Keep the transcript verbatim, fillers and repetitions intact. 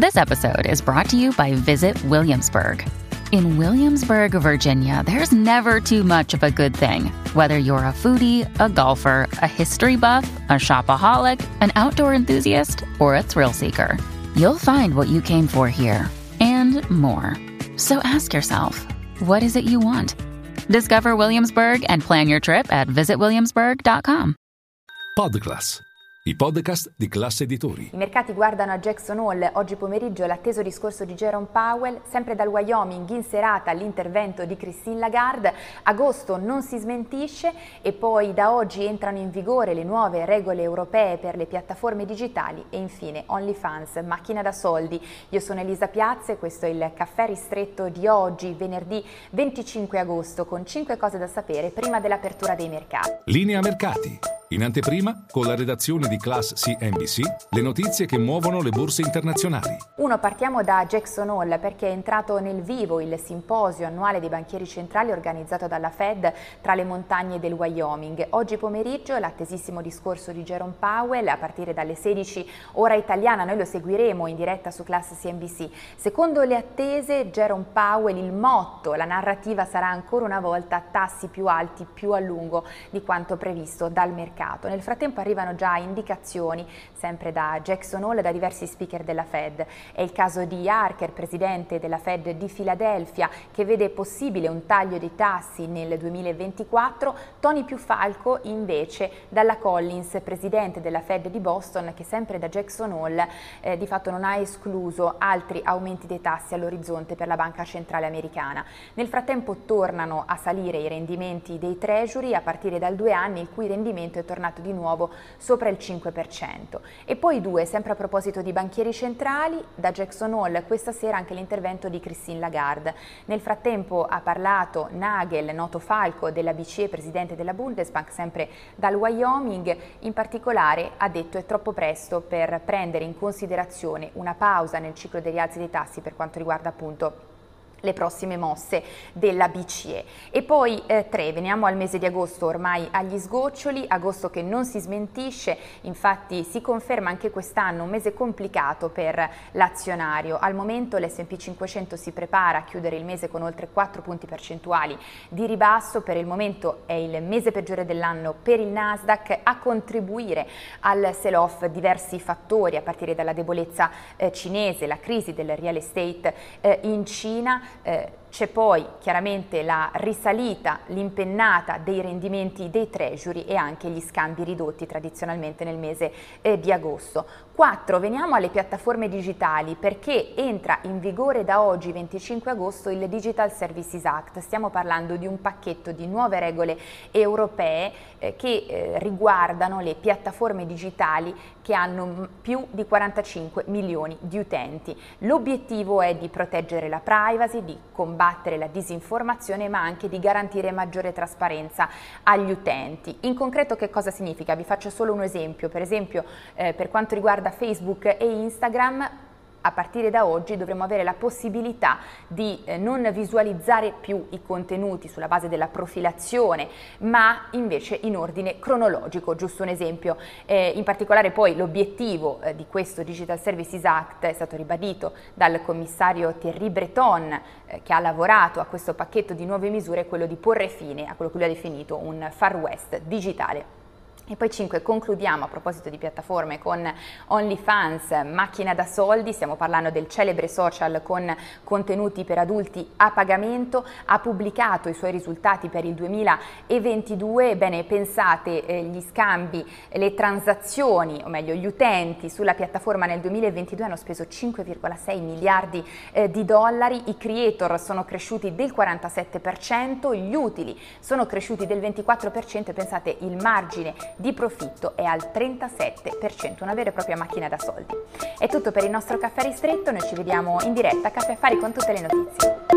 This episode is brought to you by Visit Williamsburg. In Williamsburg, Virginia, there's never too much of a good thing. Whether you're a foodie, a golfer, a history buff, a shopaholic, an outdoor enthusiast, or a thrill seeker, you'll find what you came for here and more. So ask yourself, what is it you want? Discover Williamsburg and plan your trip at visit williamsburg dot com. Podclass, i podcast di Class Editori. I mercati guardano a Jackson Hole. Oggi pomeriggio l'atteso discorso di Jerome Powell, sempre dal Wyoming, in serata l'intervento di Christine Lagarde. Agosto non si smentisce e poi da oggi entrano in vigore le nuove regole europee per le piattaforme digitali e infine OnlyFans, macchina da soldi. Io sono Elisa Piazza e questo è il caffè ristretto di oggi, venerdì venticinque agosto, con cinque cose da sapere prima dell'apertura dei mercati. Linea mercati. In anteprima, con la redazione di Class C N B C, le notizie che muovono le borse internazionali. Uno, partiamo da Jackson Hole perché è entrato nel vivo il simposio annuale dei banchieri centrali organizzato dalla Fed tra le montagne del Wyoming. Oggi pomeriggio l'attesissimo discorso di Jerome Powell a partire dalle sedici ora italiana, noi lo seguiremo in diretta su Class C N B C. Secondo le attese, Jerome Powell, il motto, la narrativa sarà ancora una volta tassi più alti più a lungo di quanto previsto dal mercato. Nel frattempo arrivano già indicazioni, sempre da Jackson Hole, da diversi speaker della Fed. È il caso di Harker, presidente della Fed di Filadelfia, che vede possibile un taglio dei tassi nel duemilaventiquattro. Tony Piufalco, invece, dalla Collins, presidente della Fed di Boston, che sempre da Jackson Hole eh, di fatto non ha escluso altri aumenti dei tassi all'orizzonte per la Banca Centrale Americana. Nel frattempo tornano a salire i rendimenti dei Treasury a partire dal due anni, il cui rendimento è tornato di nuovo sopra il cinque per cento. E poi due, sempre a proposito di banchieri centrali, da Jackson Hole questa sera anche l'intervento di Christine Lagarde. Nel frattempo ha parlato Nagel, noto falco della B C E, presidente della Bundesbank, sempre dal Wyoming. In particolare ha detto è troppo presto per prendere in considerazione una pausa nel ciclo dei rialzi dei tassi per quanto riguarda appunto le prossime mosse della B C E. E poi eh, tre, veniamo al mese di agosto, ormai agli sgoccioli, agosto che non si smentisce, infatti si conferma anche quest'anno un mese complicato per l'azionario. Al momento l'S and P cinquecento si prepara a chiudere il mese con oltre quattro punti percentuali di ribasso, per il momento è il mese peggiore dell'anno per il Nasdaq. A contribuire al sell-off diversi fattori, a partire dalla debolezza eh, cinese, la crisi del real estate eh, in Cina. Eh, c'è poi chiaramente la risalita, l'impennata dei rendimenti dei treasury e anche gli scambi ridotti tradizionalmente nel mese eh, di agosto. quattro. Veniamo alle piattaforme digitali perché entra in vigore da oggi venticinque agosto il Digital Services Act. Stiamo parlando di un pacchetto di nuove regole europee eh, che eh, riguardano le piattaforme digitali che hanno più di quarantacinque milioni di utenti. L'obiettivo è di proteggere la privacy, di combattere la disinformazione, ma anche di garantire maggiore trasparenza agli utenti. In concreto che cosa significa? Vi faccio solo un esempio. Per esempio eh, per quanto riguarda Facebook e Instagram, a partire da oggi dovremo avere la possibilità di eh, non visualizzare più i contenuti sulla base della profilazione, ma invece in ordine cronologico. Giusto un esempio. Eh, in particolare poi l'obiettivo eh, di questo Digital Services Act è stato ribadito dal commissario Thierry Breton, eh, che ha lavorato a questo pacchetto di nuove misure, quello di porre fine a quello che lui ha definito un Far West digitale. E poi cinque, concludiamo a proposito di piattaforme con OnlyFans, macchina da soldi. Stiamo parlando del celebre social con contenuti per adulti a pagamento. Ha pubblicato i suoi risultati per il duemilaventidue. Ebbene, pensate, eh, gli scambi, le transazioni, o meglio gli utenti sulla piattaforma nel duemilaventidue hanno speso cinque virgola sei miliardi eh, di dollari. I creator sono cresciuti del quarantasette per cento, gli utili sono cresciuti del ventiquattro per cento e pensate, il margine di profitto è al trentasette per cento, una vera e propria macchina da soldi. È tutto per il nostro caffè ristretto, noi ci vediamo in diretta a Caffè Affari con tutte le notizie.